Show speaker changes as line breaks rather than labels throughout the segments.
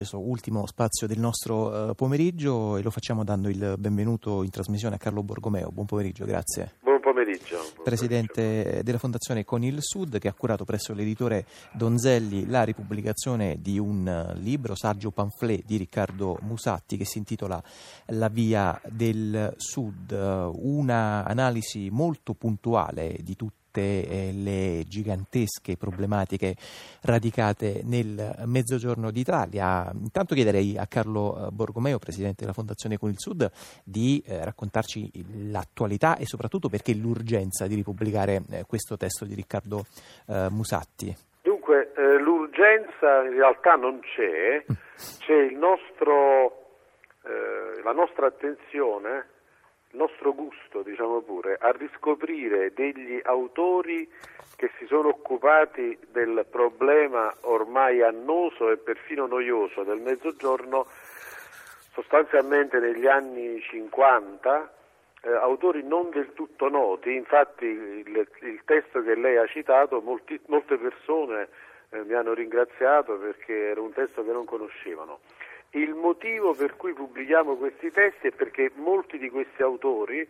Questo ultimo spazio del nostro pomeriggio e lo facciamo dando il benvenuto in trasmissione a Carlo Borgomeo. Buon pomeriggio, grazie.
Buon pomeriggio.
Presidente della Fondazione Con il Sud, che ha curato presso l'editore Donzelli la ripubblicazione di un libro, saggio pamphlet di Riccardo Musatti, che si intitola La via del Sud, una analisi molto puntuale di tutte le gigantesche problematiche radicate nel Mezzogiorno d'Italia. Intanto chiederei a Carlo Borgomeo, presidente della Fondazione Con il Sud, di raccontarci l'attualità e soprattutto perché l'urgenza di ripubblicare questo testo di Riccardo Musatti.
Dunque, l'urgenza in realtà non c'è, c'è la nostra attenzione, il nostro gusto, diciamo pure, a riscoprire degli autori che si sono occupati del problema ormai annoso e perfino noioso del Mezzogiorno sostanzialmente negli anni 50, autori non del tutto noti. Infatti il testo che lei ha citato, molte persone mi hanno ringraziato perché era un testo che non conoscevano. Il motivo per cui pubblichiamo questi testi è perché molti di questi autori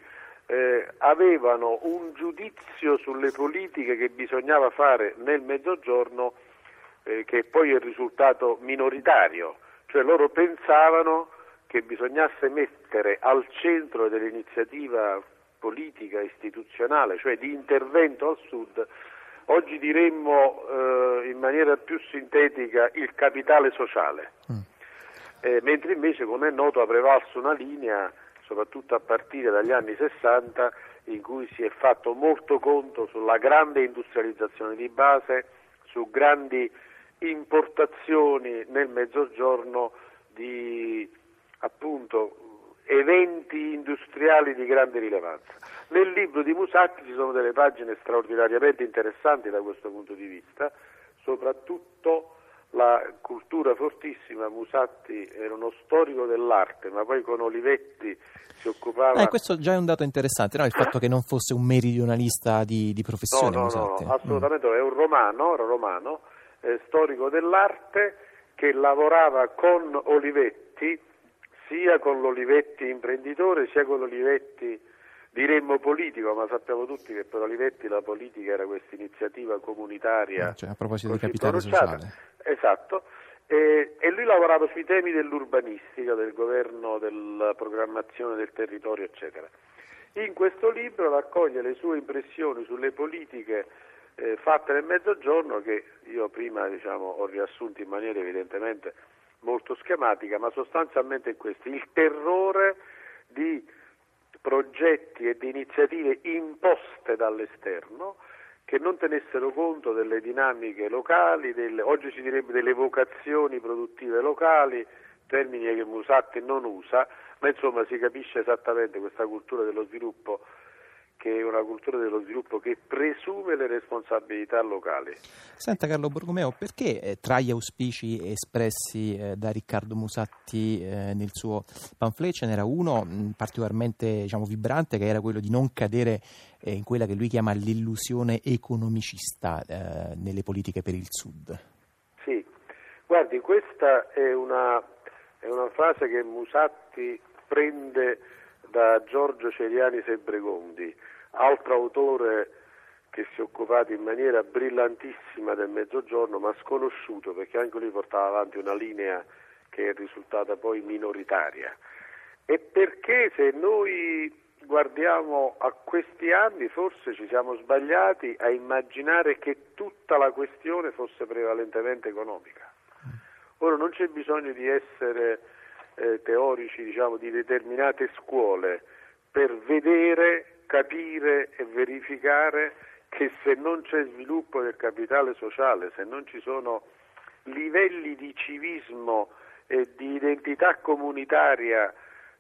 avevano un giudizio sulle politiche che bisognava fare nel Mezzogiorno che poi è risultato minoritario, cioè loro pensavano che bisognasse mettere al centro dell'iniziativa politica istituzionale, cioè di intervento al Sud, oggi diremmo in maniera più sintetica il capitale sociale. Mentre invece, come è noto, ha prevalso una linea, soprattutto a partire dagli anni 60, in cui si è fatto molto conto sulla grande industrializzazione di base, su grandi importazioni nel Mezzogiorno di appunto eventi industriali di grande rilevanza. Nel libro di Musatti ci sono delle pagine straordinariamente interessanti da questo punto di vista, soprattutto la cultura fortissima. Musatti era uno storico dell'arte, ma poi con Olivetti si occupava...
questo già è un dato interessante, no? Il fatto che non fosse un meridionalista di professione.
No, assolutamente no, era romano, storico dell'arte, che lavorava con Olivetti, sia con l'Olivetti imprenditore, sia con l'Olivetti diremmo politico, ma sappiamo tutti che per Olivetti la politica era questa iniziativa comunitaria.
Cioè, a proposito di capitale sociale.
Esatto, e lui lavorava sui temi dell'urbanistica, del governo, della programmazione del territorio, eccetera. In questo libro raccoglie le sue impressioni sulle politiche fatte nel Mezzogiorno, che io prima ho riassunto in maniera evidentemente molto schematica, ma sostanzialmente è questo: il terrore di progetti e di iniziative imposte dall'esterno che non tenessero conto delle dinamiche locali, oggi si direbbe delle vocazioni produttive locali, termini che Musatti non usa, ma insomma si capisce esattamente questa cultura dello sviluppo, che è una cultura dello sviluppo che presume le responsabilità locali.
Senta Carlo Borgomeo, perché tra gli auspici espressi da Riccardo Musatti nel suo pamphlet ce n'era uno particolarmente vibrante, che era quello di non cadere in quella che lui chiama l'illusione economicista nelle politiche per il Sud?
Sì, guardi, questa è una frase che Musatti prende da Giorgio Ceriani Sebregondi, altro autore che si è occupato in maniera brillantissima del Mezzogiorno, ma sconosciuto, perché anche lui portava avanti una linea che è risultata poi minoritaria. E perché, se noi guardiamo a questi anni, forse ci siamo sbagliati a immaginare che tutta la questione fosse prevalentemente economica. Ora non c'è bisogno di essere teorici, di determinate scuole per vedere, capire e verificare che se non c'è sviluppo del capitale sociale, se non ci sono livelli di civismo e di identità comunitaria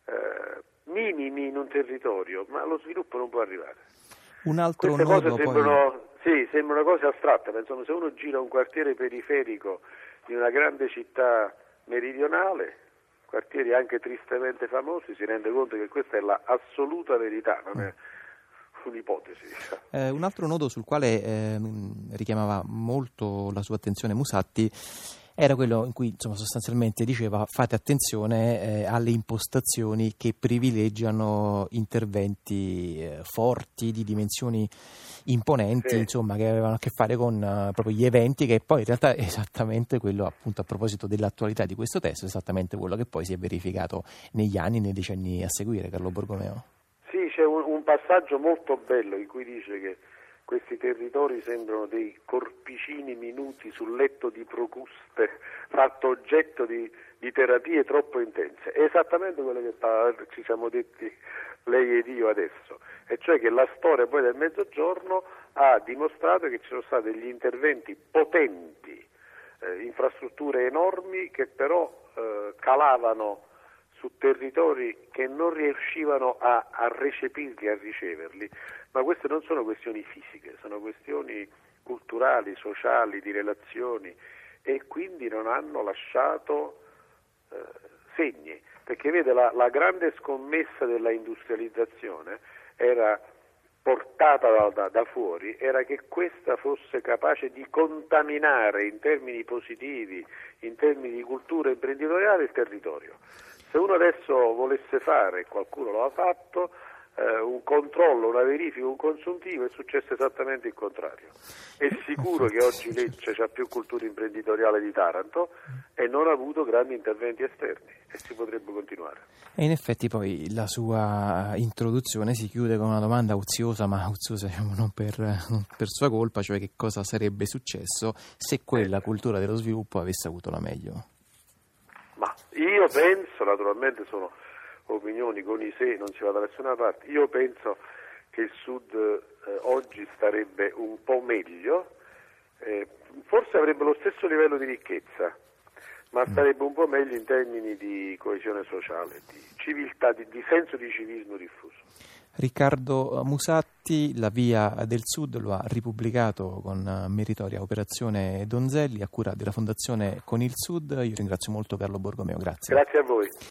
minimi in un territorio, ma lo sviluppo non può arrivare.
Un altro
Queste
nodo
cose sembrano cose astratte, ma insomma, se uno gira un quartiere periferico di una grande città meridionale, quartieri anche tristemente famosi, si rende conto che questa è la assoluta verità, non è un'ipotesi.
Un altro nodo sul quale richiamava molto la sua attenzione Musatti era quello in cui insomma, sostanzialmente diceva fate attenzione alle impostazioni che privilegiano interventi forti, di dimensioni imponenti,
Sì.
insomma, che avevano a che fare con proprio gli eventi, che poi in realtà è esattamente quello, appunto, a proposito dell'attualità di questo testo, esattamente quello che poi si è verificato negli anni, nei decenni a seguire, Carlo Borromeo.
Sì, c'è un passaggio molto bello in cui dice che questi territori sembrano dei corpicini minuti sul letto di Procuste, fatto oggetto di terapie troppo intense. È esattamente quello che ci siamo detti lei ed io adesso, e cioè che la storia poi del Mezzogiorno ha dimostrato che ci sono stati degli interventi potenti, infrastrutture enormi che però calavano su territori che non riuscivano a recepirli, a riceverli, ma queste non sono questioni fisiche, sono questioni culturali, sociali, di relazioni, e quindi non hanno lasciato segni, perché vede la grande scommessa della industrializzazione era portata da fuori, era che questa fosse capace di contaminare in termini positivi, in termini di cultura imprenditoriale, il territorio. Se uno adesso volesse fare, qualcuno lo ha fatto, un controllo, una verifica, un consuntivo, è successo esattamente il contrario. È sicuro che oggi Lecce ha più cultura imprenditoriale di Taranto e non ha avuto grandi interventi esterni, e si potrebbe continuare.
E in effetti poi la sua introduzione si chiude con una domanda oziosa, ma oziosa non per sua colpa, cioè che cosa sarebbe successo se quella cultura dello sviluppo avesse avuto la meglio.
Ma io penso, naturalmente sono opinioni con i se, non si va da nessuna parte, io penso che il Sud oggi starebbe un po' meglio, forse avrebbe lo stesso livello di ricchezza, ma starebbe un po' meglio in termini di coesione sociale, di civiltà, di senso di civismo diffuso.
Riccardo Musatti, La Via del Sud, lo ha ripubblicato con meritoria Operazione Donzelli a cura della Fondazione Con il Sud. Io ringrazio molto Carlo Borromeo, grazie.
Grazie a voi.